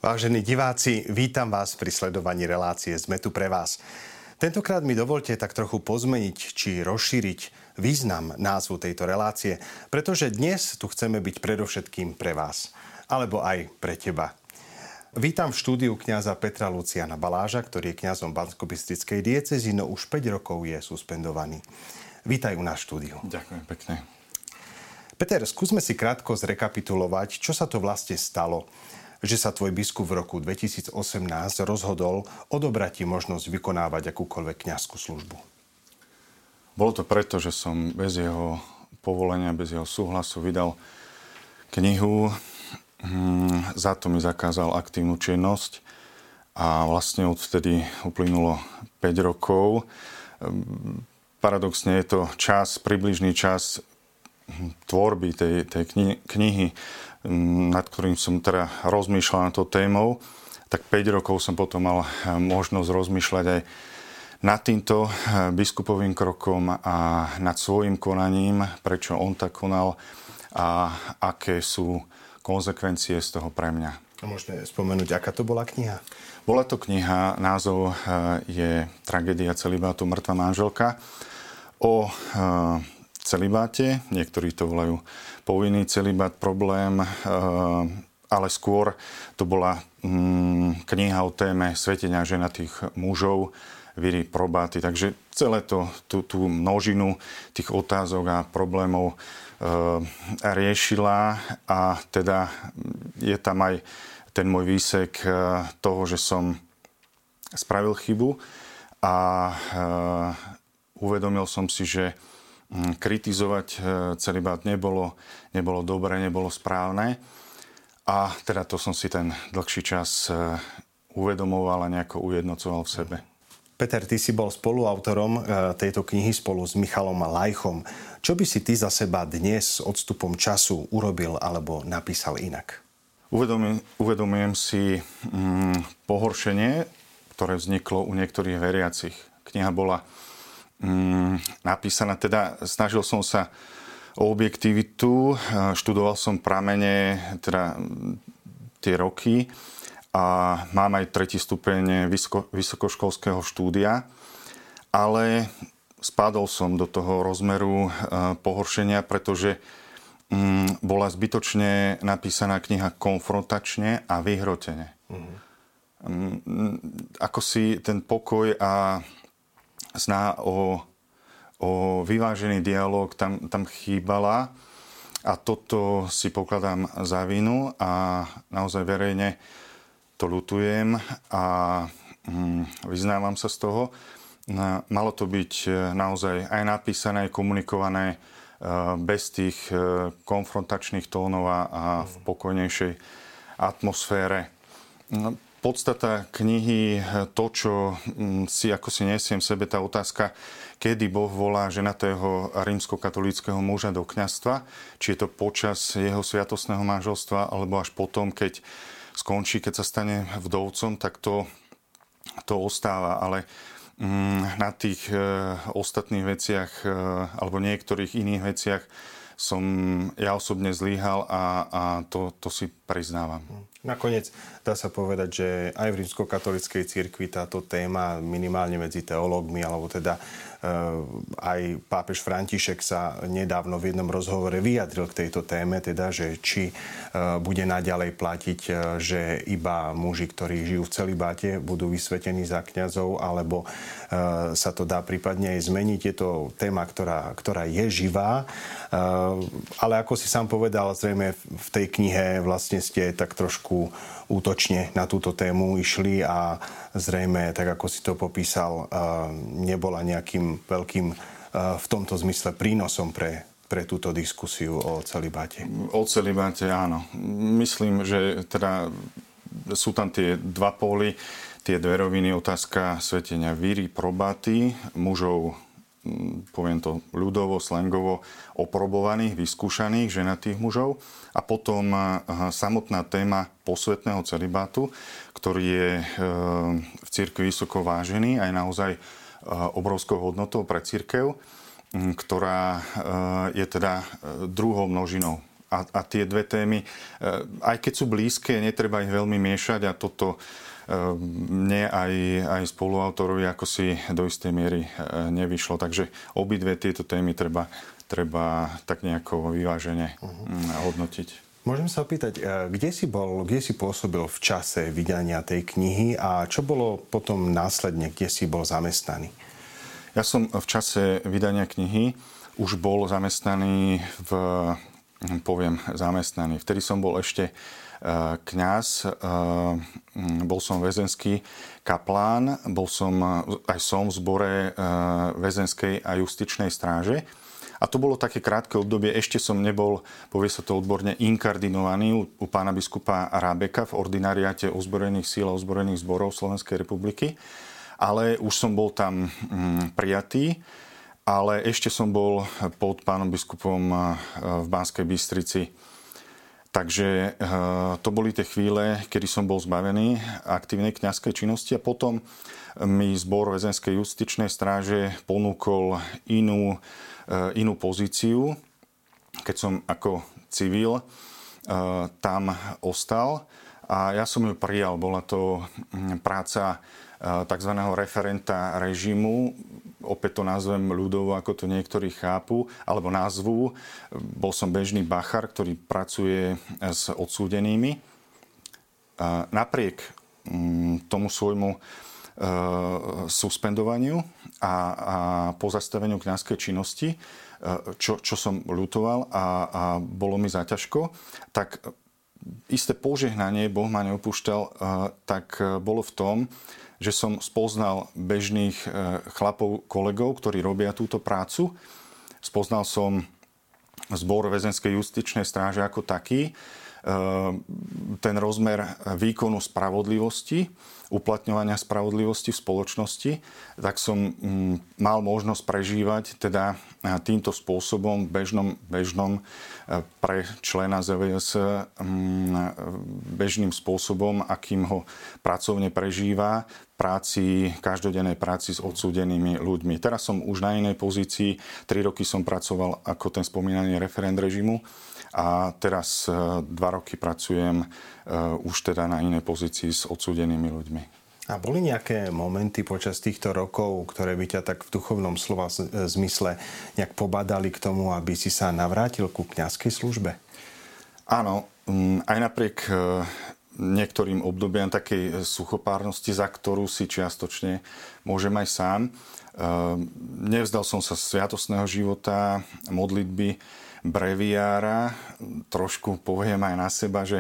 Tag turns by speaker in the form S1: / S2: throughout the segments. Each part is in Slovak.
S1: Vážení diváci, vítam vás pri sledovaní relácie Sme tu pre vás. Tentokrát mi dovolte tak trochu pozmeniť či rozšíriť význam názvu tejto relácie, pretože dnes tu chceme byť predovšetkým pre vás, alebo aj pre teba. Vítam v štúdiu kňaza Petra Luciana Baláža, ktorý je kňazom Banskobystrickej diecézy, no už 5 rokov je suspendovaný. Vítaj u nás v štúdiu.
S2: Ďakujem pekne.
S1: Peter, skúsme si krátko zrekapitulovať, čo sa to vlastne stalo, že sa tvoj biskup v roku 2018 rozhodol odobrať ti možnosť vykonávať akúkoľvek kňazskú službu.
S2: Bolo to preto, že som bez jeho povolenia, bez jeho súhlasu vydal knihu. Za to mi zakázal aktívnu činnosť a vlastne odvtedy uplynulo 5 rokov. Paradoxne je to približný čas tvorby tej knihy, nad ktorým som teda rozmýšľal nad tou témou, tak 5 rokov som potom mal možnosť rozmýšľať aj nad týmto biskupovým krokom a nad svojím konaním, prečo on tak konal a aké sú konzekvencie z toho pre mňa.
S1: A môžeme spomenúť, aká to bola kniha?
S2: Bola to kniha, názov je Tragédia celibátu, mŕtva manželka, o celibáte, niektorí to volajú povinný celibát, problém, ale skôr to bola kniha o téme svetenia ženatých mužov, viri probáty. Takže celé tú množinu tých otázok a problémov riešila a teda je tam aj ten môj výsek toho, že som spravil chybu a uvedomil som si, že kritizovať celibát nebolo dobré, nebolo správne. A teda to som si ten dlhší čas uvedomoval a nejako ujednocoval v sebe.
S1: Peter, ty si bol spoluautorom tejto knihy spolu s Michalom Lajchom. Čo by si ty za seba dnes s odstupom času urobil alebo napísal inak?
S2: Uvedomujem si pohoršenie, ktoré vzniklo u niektorých veriacich. Kniha bola napísaná, teda snažil som sa o objektivitu, študoval som pramene, teda tie roky a mám aj 3. stupeň vysokoškolského štúdia, ale spadol som do toho rozmeru pohoršenia, pretože bola zbytočne napísaná kniha konfrontačne a vyhrotene. Ako si ten pokoj a sná o vyvážený dialóg tam chýbala a toto si pokladám za vinu a naozaj verejne to ľutujem a vyznávam sa z toho. Malo to byť naozaj aj napísané, aj komunikované bez tých konfrontačných tónov a v pokojnejšej atmosfére. Podstata knihy, to, čo si nesiem v sebe, tá otázka, kedy Boh volá ženatého rímskokatolíckeho muža do kňazstva, či je to počas jeho sviatostného manželstva, alebo až potom, keď skončí, keď sa stane vdovcom, tak to ostáva. Ale na tých ostatných veciach, alebo niektorých iných veciach som ja osobne zlyhal a to si priznávam.
S1: Nakoniec dá sa povedať, že aj v rímskokatolíckej cirkvi táto téma minimálne medzi teológmi, alebo teda aj pápež František sa nedávno v jednom rozhovore vyjadril k tejto téme, teda, že či bude naďalej platiť, že iba muži, ktorí žijú v celibáte, budú vysvetení za kňazov, alebo sa to dá prípadne aj zmeniť. Je to téma, ktorá je živá, ale ako si sám povedal, zrejme v tej knihe vlastne ste tak trošku útočne na túto tému išli a zrejme, tak ako si to popísal, nebola nejakým veľkým v tomto zmysle prínosom pre túto diskusiu o celibáte.
S2: O celibáte, áno. Myslím, že teda sú tam tie dva póly, tie dve roviny, otázka svetenia víry, probáty, mužov, poviem to ľudovo, slangovo, oprobovaných, vyskúšaných, ženatých mužov. A potom samotná téma posvetného celibátu, ktorý je v cirkvi vysoko vážený, aj naozaj obrovskou hodnotou pre cirkev, ktorá je teda druhou množinou. a tie dve témy, aj keď sú blízke, netreba ich veľmi miešať a toto mne aj spoluautorovi ako si do istej miery nevyšlo. Takže obidve tieto témy treba tak nejako vyvážene hodnotiť.
S1: Môžem sa opýtať, kde si pôsobil v čase vydania tej knihy a čo bolo potom následne, kde si bol zamestnaný?
S2: Ja som v čase vydania knihy už bol zamestnaný Vtedy som bol ešte kňaz, bol som väzenský kaplán, som v zbore väzenskej a justičnej stráže. A to bolo také krátke obdobie, ešte som nebol, povie sa to odborne, inkardinovaný u pána biskupa Rábeka v ordinariáte ozbrojených síl a ozbrojených zborov Slovenskej republiky, ale už som bol tam prijatý. Ale ešte som bol pod pánom biskupom v Banskej Bystrici. Takže to boli tie chvíle, kedy som bol zbavený aktívnej kňazskej činnosti a potom mi zbor väzenskej justičnej stráže ponúkol inú pozíciu, keď som ako civil tam ostal a ja som ju prijal. Bola to práca tzv. Referenta režimu, opäť to nazvem ľudovo, ako to niektorí chápu, alebo názvu. Bol som bežný bachar, ktorý pracuje s odsúdenými. Napriek tomu svojmu suspendovaniu a pozastaveniu kňazskej činnosti, čo som ľutoval a bolo mi zaťažko, tak isté požehnanie, Boh ma neopúšťal, tak bolo v tom, že som spoznal bežných chlapov, kolegov, ktorí robia túto prácu. Spoznal som zbor väzenskej justičnej stráže ako taký, ten rozmer výkonu spravodlivosti, uplatňovania spravodlivosti v spoločnosti, tak som mal možnosť prežívať teda týmto spôsobom bežnom pre člena ZVS bežným spôsobom, akým ho pracovne prežíva každodennej práci s odsúdenými ľuďmi. Teraz som už na inej pozícii, 3 roky som pracoval ako ten spomínaný referent režimu a teraz 2 roky pracujem už teda na inej pozícii s odsúdenými ľuďmi.
S1: A boli nejaké momenty počas týchto rokov, ktoré by ťa tak v duchovnom slova zmysle nejak pobadali k tomu, aby si sa navrátil ku kňazskej službe?
S2: Áno, aj napriek niektorým obdobiam takej suchopárnosti, za ktorú si čiastočne môžem aj sám. Nevzdal som sa sviatostného života, modlitby, breviára. Trošku poviem aj na seba, že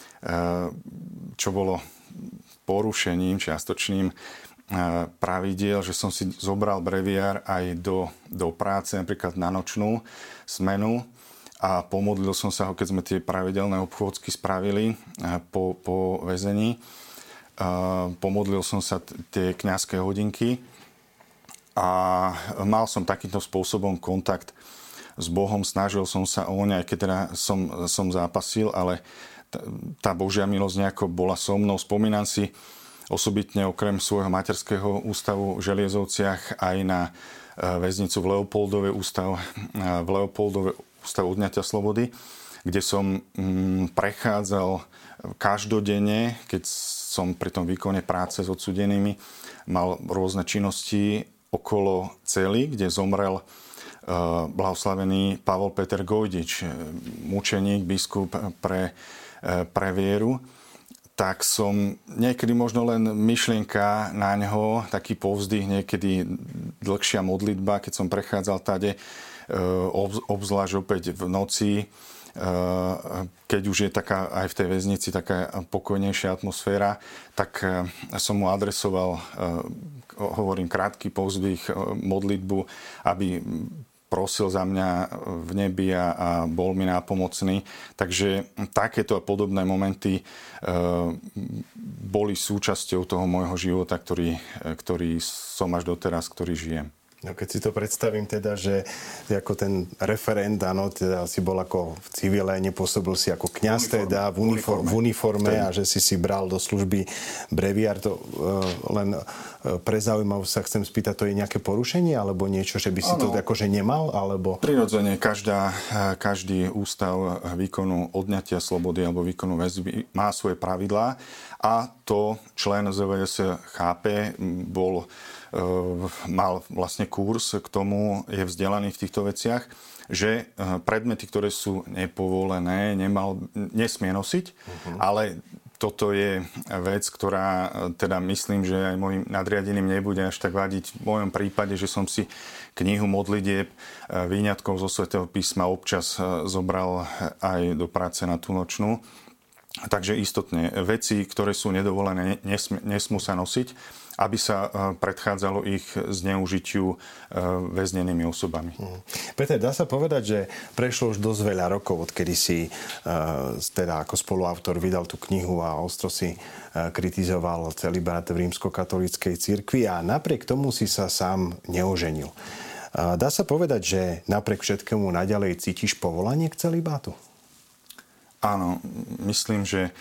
S2: čo bolo porušením čiastočným pravidiel, že som si zobral breviár aj do práce, napríklad na nočnú smenu a pomodlil som sa ho, keď sme tie pravidelné obchôdzky spravili po väzení. Pomodlil som sa tie kňazské hodinky a mal som takýmto spôsobom kontakt s Bohom, snažil som sa oň, aj keď teda som zápasil, ale tá Božia milosť nejako bola so mnou. Spomínam si osobitne okrem svojho materského ústavu v Želiezovciach aj na väznicu v Leopoldove, ústav odňatia slobody, kde som prechádzal každodenne, keď som pri tom výkone práce s odsúdenými mal rôzne činnosti okolo cely, kde zomrel blahoslavený Pavol Peter Gojdič, mučeník, biskup pre vieru, tak som niekedy možno len myšlienka na ňo, taký povzdych, niekedy dlhšia modlitba, keď som prechádzal tade, obzvlášť opäť v noci, keď už je taká aj v tej väznici taká pokojnejšia atmosféra, tak som mu adresoval, hovorím, krátky povzdych, modlitbu, aby prosil za mňa v nebi a bol mi nápomocný. Takže takéto a podobné momenty boli súčasťou toho môjho života, ktorý som až doteraz, ktorý žijem.
S1: No keď si to predstavím teda, že ako ten referent, áno, teda si bol ako v civile, nepôsobil si ako kňaz teda v uniforme a že si bral do služby breviár, to len pre zaujímavosť sa chcem spýtať, to je nejaké porušenie alebo niečo, že by si to akože nemal? Alebo...
S2: Prirodzene každý ústav výkonu odňatia slobody alebo výkonu väzby má svoje pravidlá a to člen ZVS chápe, mal vlastne kurz k tomu, je vzdelaný v týchto veciach, že predmety, ktoré sú nepovolené, nesmie nosiť, ale toto je vec, ktorá teda myslím, že aj môjim nadriadeným nebude až tak vadiť. V mojom prípade, že som si knihu modlitieb výňatkov zo Svätého písma občas zobral aj do práce na tú nočnú. Takže istotne, veci, ktoré sú nedovolené, nesmú sa nosiť, aby sa predchádzalo ich zneužitiu väznenými osobami.
S1: Peter, dá sa povedať, že prešlo už dosť veľa rokov, odkedy si teda ako spoluautor vydal tú knihu a ostro si kritizoval celibát v rímskokatolíckej cirkvi a napriek tomu si sa sám neoženil. Dá sa povedať, že napriek všetkému naďalej cítiš povolanie k celibátu?
S2: Áno, myslím, že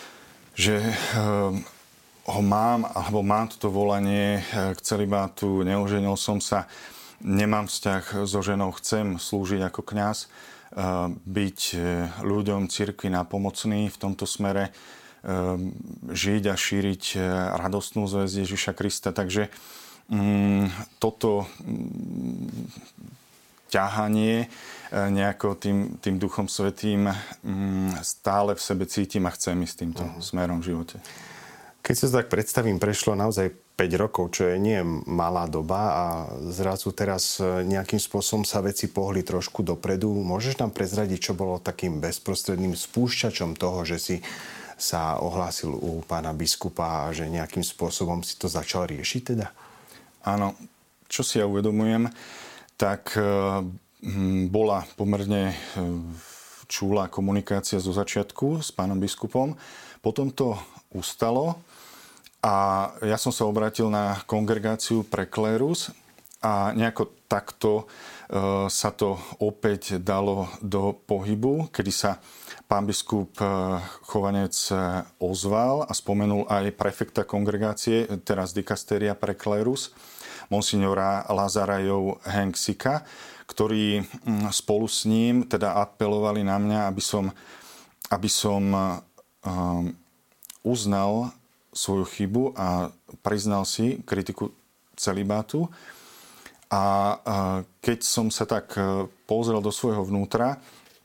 S2: ho mám, alebo mám toto volanie k celibátu, neuženil som sa, nemám vzťah so ženou, chcem slúžiť ako kňaz, byť ľuďom cirkvi napomocný v tomto smere, žiť a šíriť radostnú zväzť Ježiša Krista. Takže toto ťahanie nejako tým Duchom Svätým stále v sebe cítim a chcem ísť týmto smerom v živote.
S1: Keď sa tak predstavím, prešlo naozaj 5 rokov, čo je nie malá doba a zrazu teraz nejakým spôsobom sa veci pohli trošku dopredu. Môžeš nám prezradiť, čo bolo takým bezprostredným spúšťačom toho, že si sa ohlásil u pána biskupa a že nejakým spôsobom si to začal riešiť teda?
S2: Áno, čo si ja uvedomujem, tak bola pomerne čulá komunikácia zo začiatku s pánom biskupom. Potom to ustalo a ja som sa obrátil na kongregáciu pre klérus a nejako takto sa to opäť dalo do pohybu, kedy sa pán biskup Chovanec ozval a spomenul aj prefekta kongregácie, teraz dikastéria pre klérus, monsignora Lazarajov Henksika, ktorí spolu s ním teda apelovali na mňa, aby som uznal svoju chybu a priznal si kritiku celibátu. A keď som sa tak pozrel do svojho vnútra,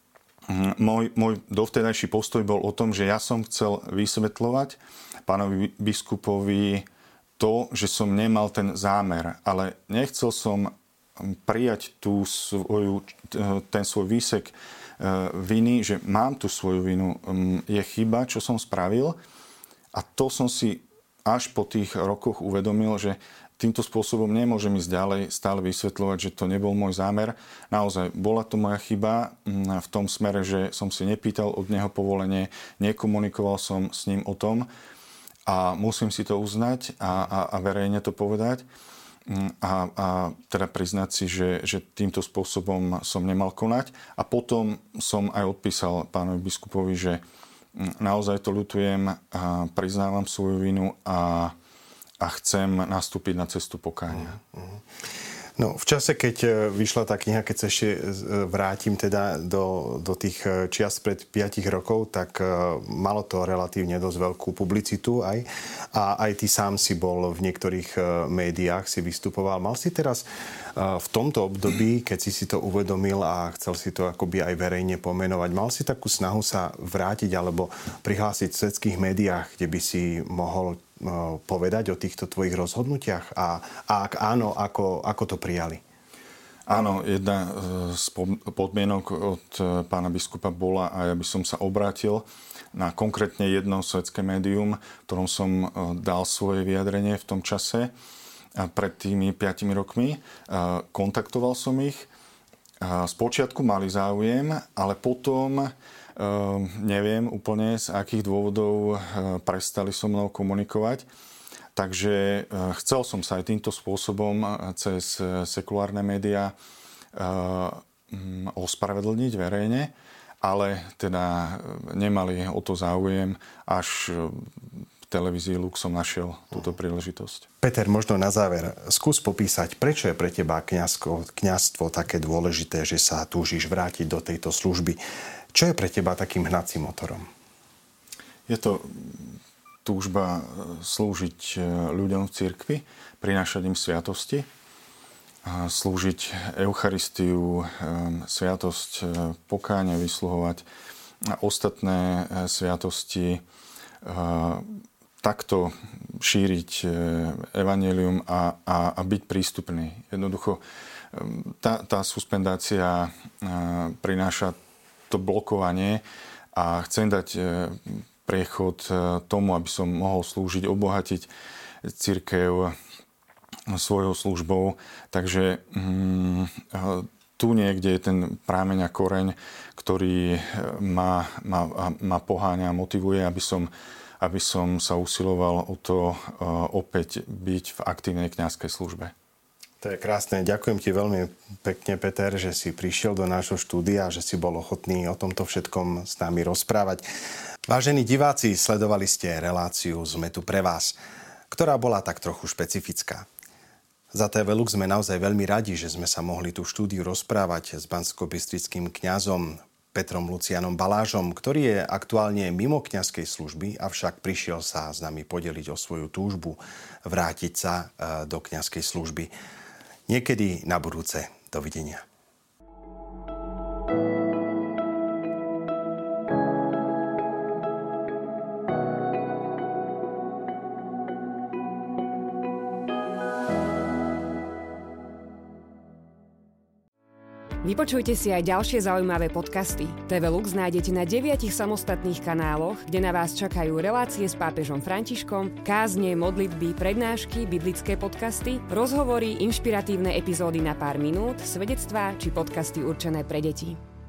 S2: môj dovtedajší postoj bol o tom, že ja som chcel vysvetľovať pánovi biskupovi to, že som nemal ten zámer, ale nechcel som prijať ten svoj výsek viny, že mám tú svoju vinu, je chyba, čo som spravil. A to som si až po tých rokoch uvedomil, že týmto spôsobom nemôžem ísť ďalej, stále vysvetľovať, že to nebol môj zámer. Naozaj, bola to moja chyba v tom smere, že som si nepýtal od neho povolenie, nekomunikoval som s ním o tom a musím si to uznať a verejne to povedať. A teda priznať si, že týmto spôsobom som nemal konať. A potom som aj odpísal pánovi biskupovi, že naozaj to ľutujem, priznávam svoju vinu a chcem nastúpiť na cestu pokánia.
S1: No, v čase, keď vyšla tá kniha, keď sa ešte vrátim teda do tých čias pred 5 rokov, tak malo to relatívne dosť veľkú publicitu aj. A aj ty sám si bol v niektorých médiách, si vystupoval. Mal si teraz v tomto období, keď si to uvedomil a chcel si to akoby aj verejne pomenovať, mal si takú snahu sa vrátiť alebo prihlásiť v svetských médiách, kde by si mohol povedať o týchto tvojich rozhodnutiach a ak áno, ako to prijali?
S2: Áno, jedna z podmienok od pána biskupa bola, a ja by som sa obrátil na konkrétne jedno svetské médium, ktorom som dal svoje vyjadrenie v tom čase pred tými 5 rokmi. Kontaktoval som ich. Spočiatku mali záujem, ale potom neviem úplne z akých dôvodov prestali so mnou komunikovať. Takže chcel som sa aj týmto spôsobom cez sekulárne médiá ospravedlniť verejne, ale teda nemali o to záujem až v televízii Lux som našiel túto príležitosť.
S1: Peter, možno na záver, skús popísať, prečo je pre teba kňazstvo také dôležité, že sa túžiš vrátiť do tejto služby. Čo je pre teba takým hnacím motorom?
S2: Je to túžba slúžiť ľuďom v cirkvi, prinášať im sviatosti, slúžiť Eucharistiu, sviatosť pokáňa, vysluhovať ostatné sviatosti, takto šíriť evanjelium a byť prístupný. Jednoducho tá suspendácia prináša to blokovanie a chcem dať priechod tomu, aby som mohol slúžiť, obohatiť cirkev svojou službou. Takže tu niekde je ten prámeň a koreň, ktorý ma poháňa a motivuje, aby som sa usiloval o to opäť byť v aktívnej kňazskej službe.
S1: To je krásne. Ďakujem ti veľmi pekne, Peter, že si prišiel do nášho štúdia, že si bol ochotný o tomto všetkom s nami rozprávať. Vážení diváci, sledovali ste reláciu Sme tu pre vás, ktorá bola tak trochu špecifická. Za TV Lux sme naozaj veľmi radi, že sme sa mohli tú štúdiu rozprávať s banskobystrickým kňazom Petrom Lucianom Balážom, ktorý je aktuálne mimo kňazskej služby, avšak prišiel sa s nami podeliť o svoju túžbu vrátiť sa do kňazskej služby. Niekedy na budúce. Dovidenia.
S3: Vypočujte si aj ďalšie zaujímavé podcasty. TV Lux nájdete na 9 samostatných kanáloch, kde na vás čakajú relácie s pápežom Františkom, kázne, modlitby, prednášky, biblické podcasty, rozhovory, inšpiratívne epizódy na pár minút, svedectvá či podcasty určené pre deti.